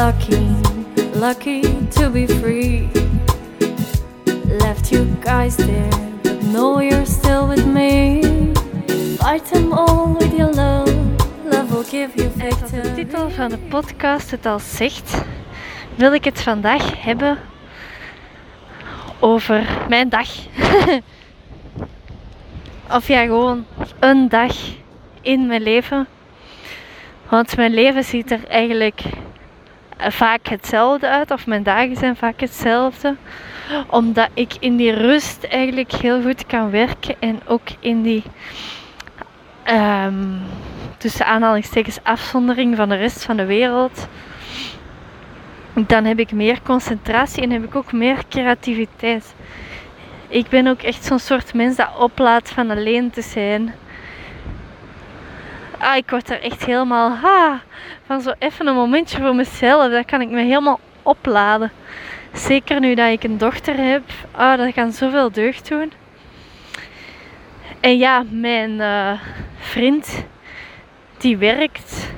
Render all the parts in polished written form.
lucky to be free. Left you guys there, but know you're still with me. Fight them all with your love, love will give you victory. Zoals de titel van de podcast het al zegt, wil ik het vandaag hebben over mijn dag. Of ja, gewoon een dag in mijn leven. Want mijn leven ziet er eigenlijk vaak hetzelfde uit. Of mijn dagen zijn vaak hetzelfde. Omdat ik in die rust eigenlijk heel goed kan werken. En ook in die tussen aanhalingstekens afzondering van de rest van de wereld. Dan heb ik meer concentratie en heb ik ook meer creativiteit. Ik ben ook echt zo'n soort mens dat oplaat van alleen te zijn. Ik word er echt helemaal van zo even een momentje voor mezelf. Dat kan ik me helemaal opladen. Zeker nu dat ik een dochter heb. Dat kan zoveel deugd doen. En ja, mijn vriend die werkt.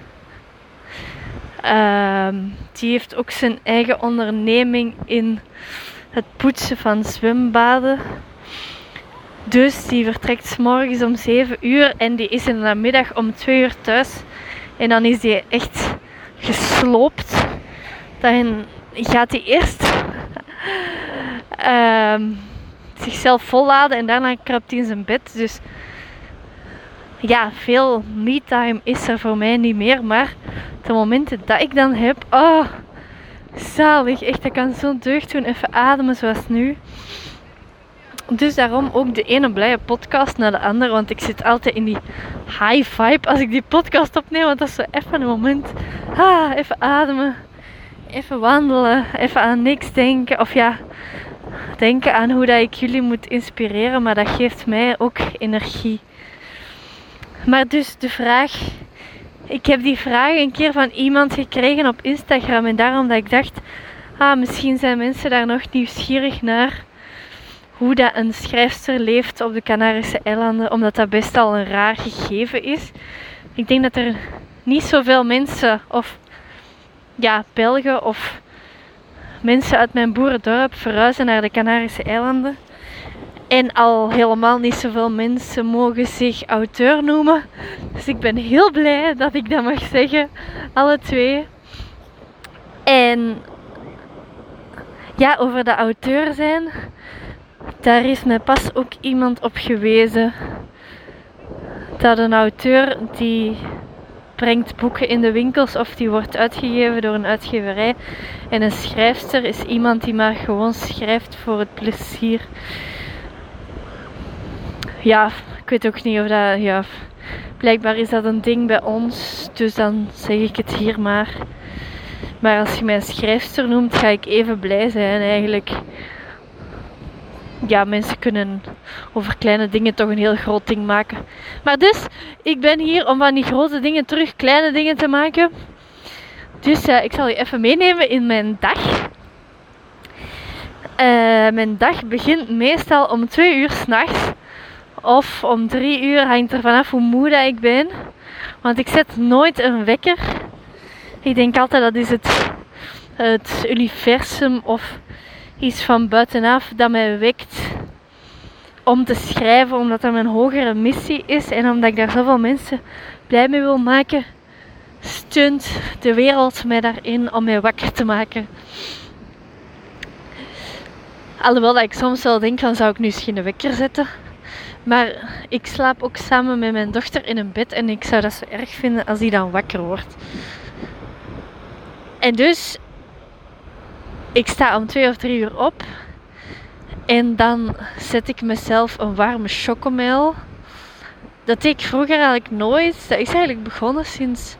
Die heeft ook zijn eigen onderneming in het poetsen van zwembaden. Dus die vertrekt 's morgens om 7 uur en die is in de namiddag om 2 uur thuis. En dan is die echt gesloopt. Dan gaat hij eerst zichzelf volladen en daarna krabt hij in zijn bed. Dus ja, veel me-time is er voor mij niet meer. Maar de momenten dat ik dan heb, zalig. Echt, dat kan zo'n deugd doen. Even ademen zoals nu. Dus daarom ook de ene blije podcast naar de andere. Want ik zit altijd in die high vibe als ik die podcast opneem. Want dat is zo even een moment. Even ademen. Even wandelen. Even aan niks denken. Of ja, denken aan hoe dat ik jullie moet inspireren. Maar dat geeft mij ook energie. Maar dus de vraag. Ik heb die vraag een keer van iemand gekregen op Instagram. En daarom dat ik dacht, misschien zijn mensen daar nog nieuwsgierig naar. Hoe dat een schrijfster leeft op de Canarische eilanden. Omdat dat best al een raar gegeven is. Ik denk dat er niet zoveel mensen of Belgen of mensen uit mijn boerendorp verhuizen naar de Canarische eilanden. En al helemaal niet zoveel mensen mogen zich auteur noemen. Dus ik ben heel blij dat ik dat mag zeggen. Alle twee. En ja, over de auteur zijn. Daar is mij pas ook iemand op gewezen. Dat een auteur die brengt boeken in de winkels of die wordt uitgegeven door een uitgeverij. En een schrijfster is iemand die maar gewoon schrijft voor het plezier. Ja, ik weet ook niet of dat... Ja, blijkbaar is dat een ding bij ons, dus dan zeg ik het hier maar. Maar als je mij een schrijfster noemt, ga ik even blij zijn eigenlijk. Ja, mensen kunnen over kleine dingen toch een heel groot ding maken. Maar dus, ik ben hier om van die grote dingen terug kleine dingen te maken. Dus ik zal je even meenemen in mijn dag. Mijn dag begint meestal om 2 uur 's nachts. Of om 3 uur, hangt er vanaf hoe moe dat ik ben. Want ik zet nooit een wekker. Ik denk altijd dat is het universum of iets van buitenaf dat mij wekt om te schrijven. Omdat dat mijn hogere missie is. En omdat ik daar zoveel mensen blij mee wil maken. Steunt de wereld mij daarin om mij wakker te maken. Alhoewel dat ik soms wel denk van zou ik nu misschien een wekker zetten. Maar ik slaap ook samen met mijn dochter in een bed. En ik zou dat zo erg vinden als die dan wakker wordt. En dus, ik sta om 2 of 3 uur op. En dan zet ik mezelf een warme chocomel. Dat deed ik vroeger eigenlijk nooit. Dat is eigenlijk begonnen sinds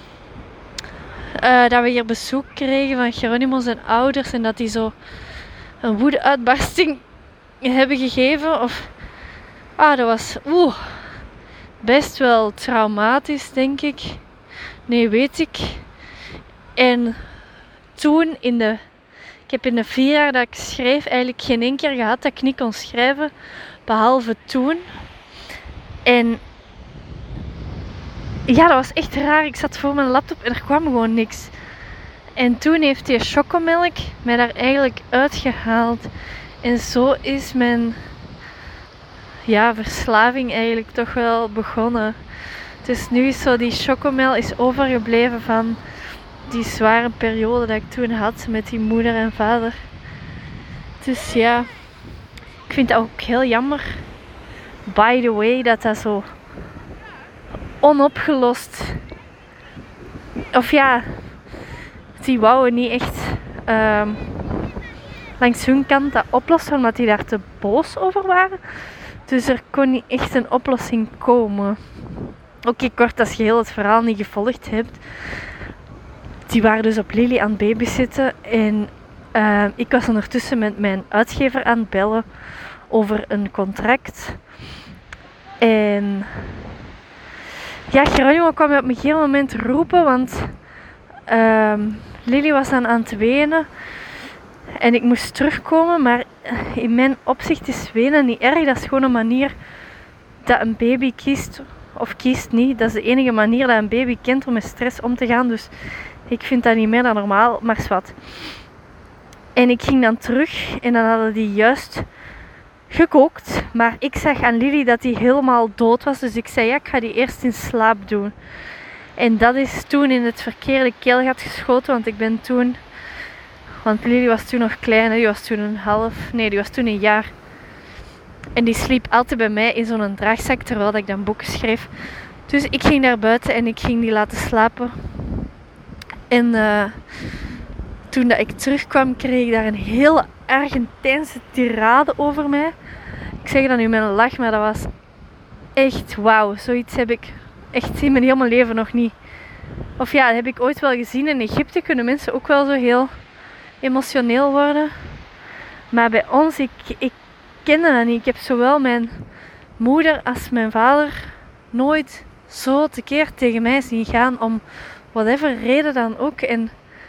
dat we hier bezoek kregen van Geronimo zijn ouders. En dat die zo een woede-uitbarsting hebben gegeven. Of... dat was best wel traumatisch, denk ik. Nee, weet ik. En toen ik heb in de 4 jaar dat ik schreef eigenlijk geen één keer gehad dat ik niet kon schrijven. Behalve toen. En ja, dat was echt raar. Ik zat voor mijn laptop en er kwam gewoon niks. En toen heeft die chocomelk mij daar eigenlijk uitgehaald. En zo is mijn verslaving eigenlijk toch wel begonnen. Dus nu is zo die chocomel is overgebleven van die zware periode dat ik toen had met die moeder en vader. Dus ja, ik vind het ook heel jammer. By the way, dat zo onopgelost. Of ja, die wouden niet echt langs hun kant dat oplossen, omdat die daar te boos over waren. Dus er kon niet echt een oplossing komen. Oké, kort als je heel het verhaal niet gevolgd hebt. Die waren dus op Lily aan het babysitten. En ik was ondertussen met mijn uitgever aan het bellen over een contract. En ja, Geronimo kwam me op een gegeven moment roepen, want Lily was dan aan het wenen. En ik moest terugkomen, maar in mijn opzicht is wenen niet erg. Dat is gewoon een manier dat een baby kiest, of kiest niet. Dat is de enige manier dat een baby kent om met stress om te gaan. Dus ik vind dat niet meer dan normaal, maar zwart. En ik ging dan terug en dan hadden die juist gekookt. Maar ik zag aan Lily dat die helemaal dood was. Dus ik zei, ja, ik ga die eerst in slaap doen. En dat is toen in het verkeerde keelgat geschoten, want ik ben toen... Want Lily was toen nog klein, hè? Die was toen een jaar. En die sliep altijd bij mij in zo'n draagzak, terwijl ik dan boeken schreef. Dus ik ging daar buiten en ik ging die laten slapen. En toen dat ik terugkwam, kreeg ik daar een heel Argentijnse tirade over mij. Ik zeg dat nu met een lach, maar dat was echt wauw. Zoiets heb ik echt in mijn hele leven nog niet. Of ja, dat heb ik ooit wel gezien. In Egypte kunnen mensen ook wel zo heel emotioneel worden. Maar bij ons, ik kende dat niet. Ik heb zowel mijn moeder als mijn vader nooit zo tekeer tegen mij zien gaan. Om whatever reden dan ook. En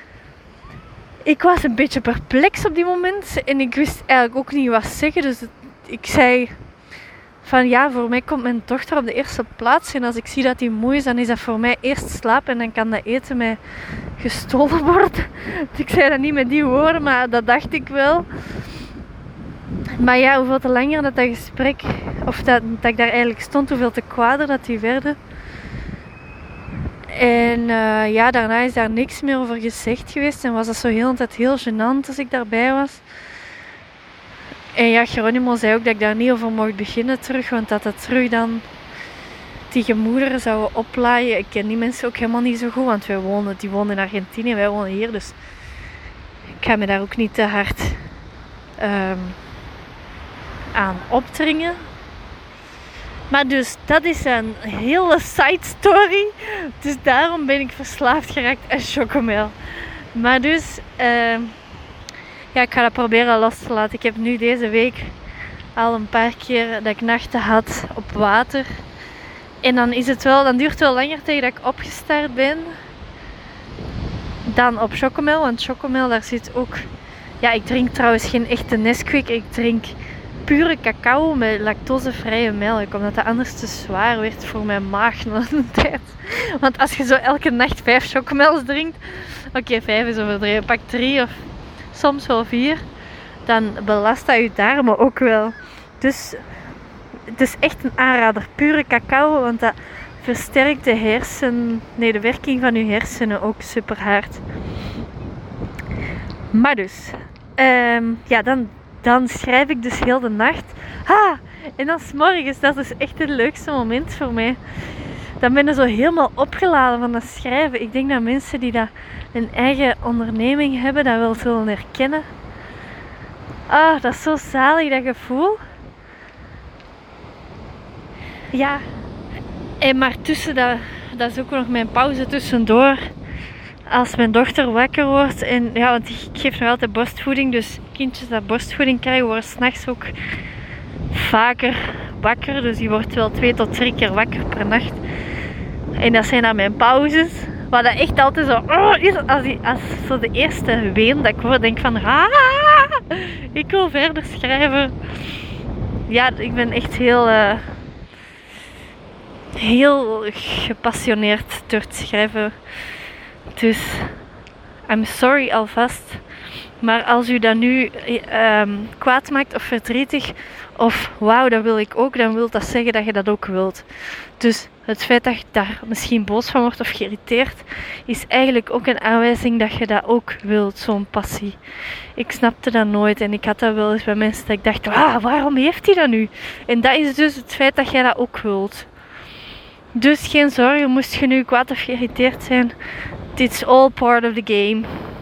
ik was een beetje perplex op die moment. En ik wist eigenlijk ook niet wat zeggen. Dus ik zei van ja, voor mij komt mijn dochter op de eerste plaats. En als ik zie dat die moe is, dan is dat voor mij eerst slapen. En dan kan dat eten mij gestolen worden. Dus ik zei dat niet met die woorden, maar dat dacht ik wel. Maar ja, hoeveel te langer dat gesprek, of dat ik daar eigenlijk stond, hoeveel te kwader dat die werden. En daarna is daar niks meer over gezegd geweest. En was dat zo heel de tijd heel gênant als ik daarbij was. En ja, Geronimo zei ook dat ik daar niet over mocht beginnen terug. Want dat terug dan die gemoederen zouden oplaaien. Ik ken die mensen ook helemaal niet zo goed. Want die woonden in Argentinië, wij wonen hier. Dus ik ga me daar ook niet te hard aan opdringen. Maar dus, dat is een hele side story. Dus daarom ben ik verslaafd geraakt aan chocomel. Maar dus, ik ga dat proberen los te laten. Ik heb nu deze week al een paar keer dat ik nachten had op water. En dan duurt het wel langer tegen dat ik opgestart ben dan op chocomel. Want chocomel, daar zit ook... Ja, ik drink trouwens geen echte Nesquik. Ik drink pure cacao met lactosevrije melk. Omdat dat anders te zwaar werd voor mijn maag na een tijd. Want als je zo elke nacht 5 chocomels drinkt... Oké, 5 is overdreven. Pak 3 of soms wel 4. Dan belast dat je darmen ook wel. Dus het is echt een aanrader. Pure cacao, want dat versterkt de werking van je hersenen ook super hard. Maar dus, dan schrijf ik dus heel de nacht. En dan 's morgens, dat is echt het leukste moment voor mij. Dan ben je zo helemaal opgeladen van dat schrijven. Ik denk dat mensen die dat een eigen onderneming hebben, dat wel zullen herkennen. Dat is zo zalig, dat gevoel. Ja, en maar tussen dat is ook nog mijn pauze tussendoor. Als mijn dochter wakker wordt, en ja, want ik geef nog altijd borstvoeding, dus kindjes dat borstvoeding krijgen worden 's nachts ook vaker wakker. Dus die wordt wel 2 tot 3 keer wakker per nacht. En dat zijn dan mijn pauzes. Wat dat echt altijd zo is, als zo de eerste ween dat ik hoor, denk van ik wil verder schrijven. Ja, ik ben echt heel gepassioneerd door het schrijven. Dus I'm sorry alvast. Maar als u dat nu kwaad maakt of verdrietig, of wauw, dat wil ik ook, dan wil dat zeggen dat je dat ook wilt. Dus het feit dat je daar misschien boos van wordt of geïrriteerd, is eigenlijk ook een aanwijzing dat je dat ook wilt, zo'n passie. Ik snapte dat nooit en ik had dat wel eens bij mensen dat ik dacht, waarom heeft hij dat nu? En dat is dus het feit dat jij dat ook wilt. Dus geen zorgen, moest je nu kwaad of geïrriteerd zijn. It's all part of the game.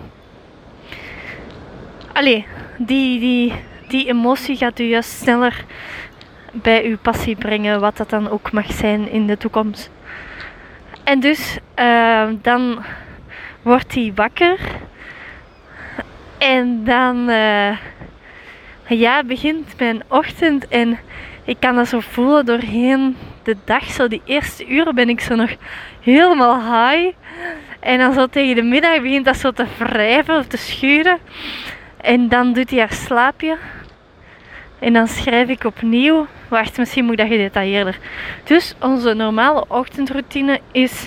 Allee, die emotie gaat u juist sneller bij uw passie brengen, wat dat dan ook mag zijn in de toekomst. En dus, dan wordt hij wakker. En dan, begint mijn ochtend. En ik kan dat zo voelen doorheen de dag. Zo die eerste uren ben ik zo nog helemaal high. En dan zo tegen de middag begint dat zo te wrijven of te schuren. En dan doet hij haar slaapje. En dan schrijf ik opnieuw. Wacht, misschien moet ik dat gedetailleerder. Dus onze normale ochtendroutine is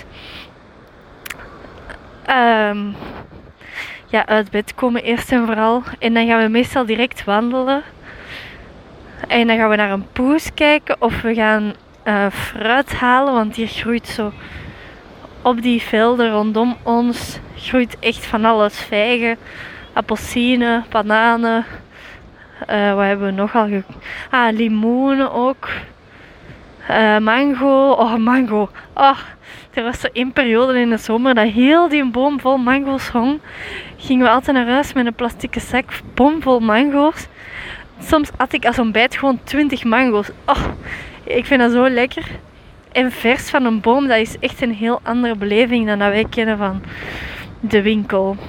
uit bed komen eerst en vooral. En dan gaan we meestal direct wandelen. En dan gaan we naar een poes kijken of we gaan fruit halen. Want hier groeit zo op die velden rondom ons groeit echt van alles. Vijgen, appelsinen, bananen. Wat hebben we nogal? Limoenen ook. Mango. Mango. Er was zo één periode in de zomer dat heel die boom vol mango's hong. Gingen we altijd naar huis met een plastieke zak bomvol mango's. Soms had ik als ontbijt gewoon 20 mango's. Ik vind dat zo lekker. En vers van een boom, dat is echt een heel andere beleving dan dat wij kennen van de winkel.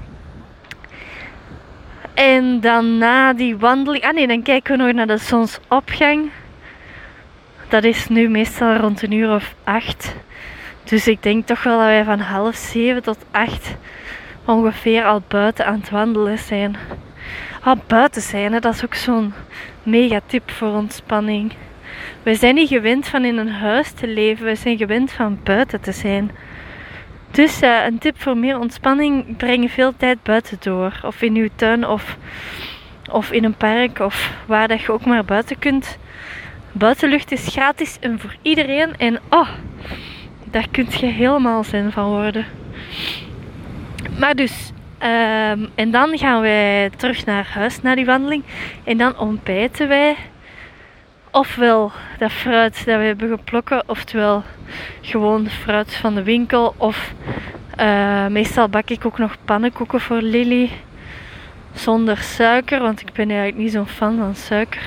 En dan na die wandeling... dan kijken we nog naar de zonsopgang. Dat is nu meestal rond 8:00. Dus ik denk toch wel dat wij van 6:30 tot 8 ongeveer al buiten aan het wandelen zijn. Buiten zijn, hè, dat is ook zo'n mega tip voor ontspanning. We zijn niet gewend van in een huis te leven. We zijn gewend van buiten te zijn. Dus een tip voor meer ontspanning, breng veel tijd buiten door. Of in uw tuin of in een park of waar dat je ook maar buiten kunt. Buitenlucht is gratis en voor iedereen. En daar kun je helemaal zen van worden. Maar dus, en dan gaan wij terug naar huis na die wandeling. En dan ontbijten wij. Ofwel dat fruit dat we hebben geplokken, oftewel gewoon fruit van de winkel. Of meestal bak ik ook nog pannenkoeken voor Lily. Zonder suiker, want ik ben eigenlijk niet zo'n fan van suiker.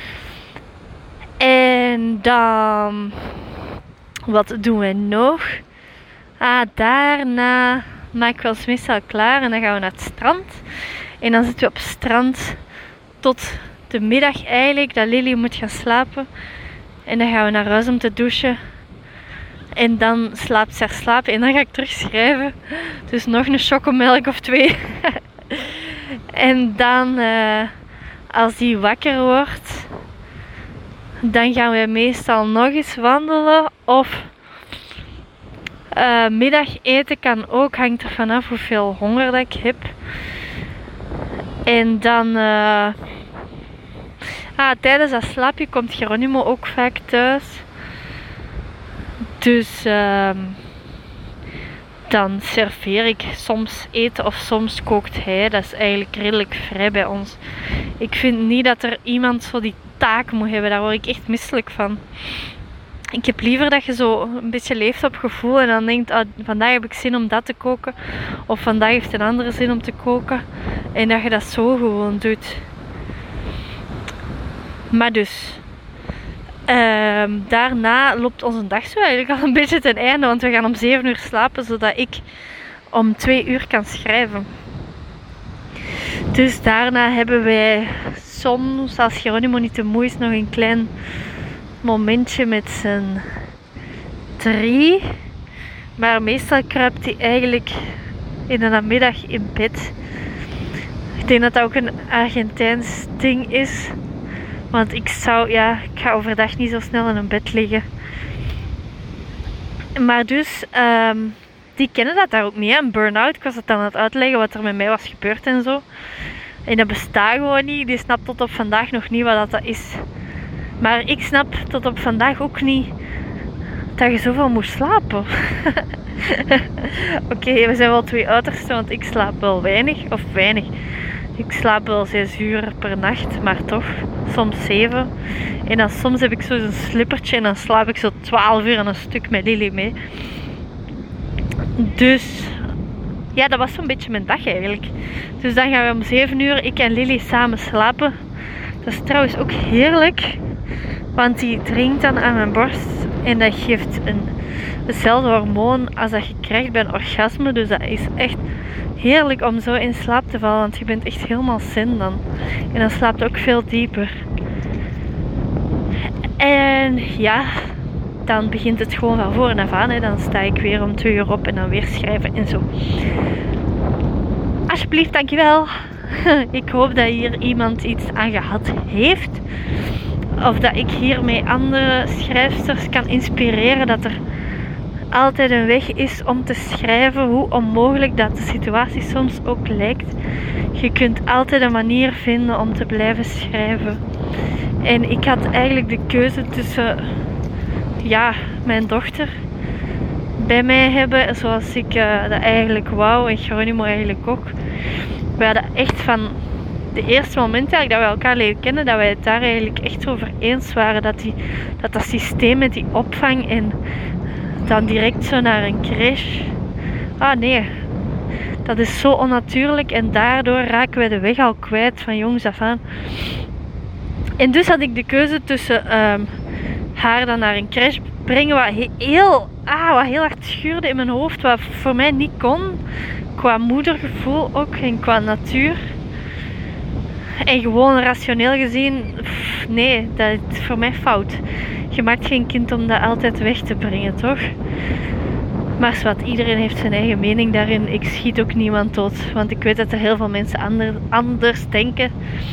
En dan, wat doen we nog? Daarna maak ik wel eens meestal klaar en dan gaan we naar het strand. En dan zitten we op het strand tot de middag eigenlijk, dat Lily moet gaan slapen. En dan gaan we naar huis om te douchen. En dan slaapt ze haar slaap en dan ga ik terug schrijven. Dus nog een chocomelk of 2. En dan, als die wakker wordt, dan gaan we meestal nog eens wandelen. Of middageten kan ook, hangt er vanaf hoeveel honger dat ik heb. En dan, tijdens dat slaapje komt Geronimo ook vaak thuis. Dus dan serveer ik soms eten of soms kookt hij. Dat is eigenlijk redelijk vrij bij ons. Ik vind niet dat er iemand zo die taak moet hebben. Daar word ik echt misselijk van. Ik heb liever dat je zo een beetje leeft op gevoel en dan denkt, vandaag heb ik zin om dat te koken. Of vandaag heeft een andere zin om te koken. En dat je dat zo gewoon doet. Maar dus, daarna loopt onze dag zo eigenlijk al een beetje ten einde. Want we gaan om 7 uur slapen, zodat ik om 2 uur kan schrijven. Dus daarna hebben wij soms, als Geronimo niet te moe is, nog een klein momentje met zijn 3. Maar meestal kruipt hij eigenlijk in de namiddag in bed. Ik denk dat dat ook een Argentijns ding is. Want ik ga overdag niet zo snel in een bed liggen. Maar dus, die kennen dat daar ook niet. Hè? Een burn-out, ik was het dan aan het uitleggen wat er met mij was gebeurd en zo. En dat bestaat gewoon niet. Die snapt tot op vandaag nog niet wat dat is. Maar ik snap tot op vandaag ook niet dat je zoveel moet slapen. Oké, we zijn wel twee uitersten, want ik slaap wel weinig. Ik slaap wel 6 uur per nacht, maar toch, soms 7. En dan soms heb ik zo'n slippertje en dan slaap ik zo 12 uur aan een stuk met Lily mee. Dus ja, dat was zo'n beetje mijn dag eigenlijk. Dus dan gaan we om 7 uur, ik en Lily, samen slapen. Dat is trouwens ook heerlijk, want die drinkt dan aan mijn borst en dat geeft hetzelfde hormoon als dat je krijgt bij een orgasme. Dus dat is echt heerlijk om zo in slaap te vallen, want je bent echt helemaal zen dan. En dan slaapt je ook veel dieper. En ja, dan begint het gewoon van voren af aan. Hè. Dan sta ik weer om 2 uur op en dan weer schrijven en zo. Alsjeblieft, dankjewel. Ik hoop dat hier iemand iets aan gehad heeft. Of dat ik hiermee andere schrijfsters kan inspireren. Dat er altijd een weg is om te schrijven. Hoe onmogelijk dat de situatie soms ook lijkt. Je kunt altijd een manier vinden om te blijven schrijven. En ik had eigenlijk de keuze tussen mijn dochter bij mij hebben, zoals ik dat eigenlijk wou, en Geronimo eigenlijk ook. We hadden echt van de eerste moment eigenlijk dat we elkaar leren kennen, dat wij het daar eigenlijk echt over eens waren, dat systeem met die opvang en dan direct zo naar een crash. Nee, dat is zo onnatuurlijk en daardoor raken wij de weg al kwijt van jongs af aan. En dus had ik de keuze tussen haar dan naar een crash brengen, wat heel hard schuurde in mijn hoofd, wat voor mij niet kon, qua moedergevoel ook en qua natuur. En gewoon rationeel gezien, nee, dat is voor mij fout. Je maakt geen kind om dat altijd weg te brengen, toch? Maar wat, iedereen heeft zijn eigen mening daarin. Ik schiet ook niemand dood, want ik weet dat er heel veel mensen anders denken.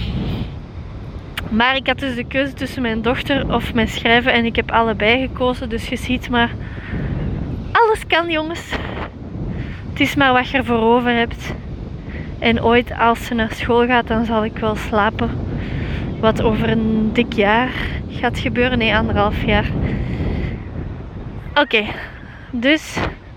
Maar ik had dus de keuze tussen mijn dochter of mijn schrijven en ik heb allebei gekozen. Dus je ziet maar, alles kan, jongens. Het is maar wat je ervoor over hebt. En ooit als ze naar school gaat, dan zal ik wel slapen. Wat over een dik jaar gaat gebeuren. Nee, 1,5 jaar. Oké, dus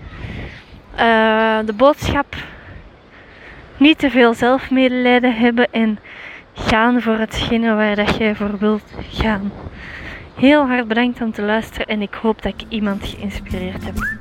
de boodschap: niet te veel zelfmedelijden hebben en gaan voor hetgene waar dat jij voor wilt gaan. Heel hard bedankt om te luisteren en ik hoop dat ik iemand geïnspireerd heb.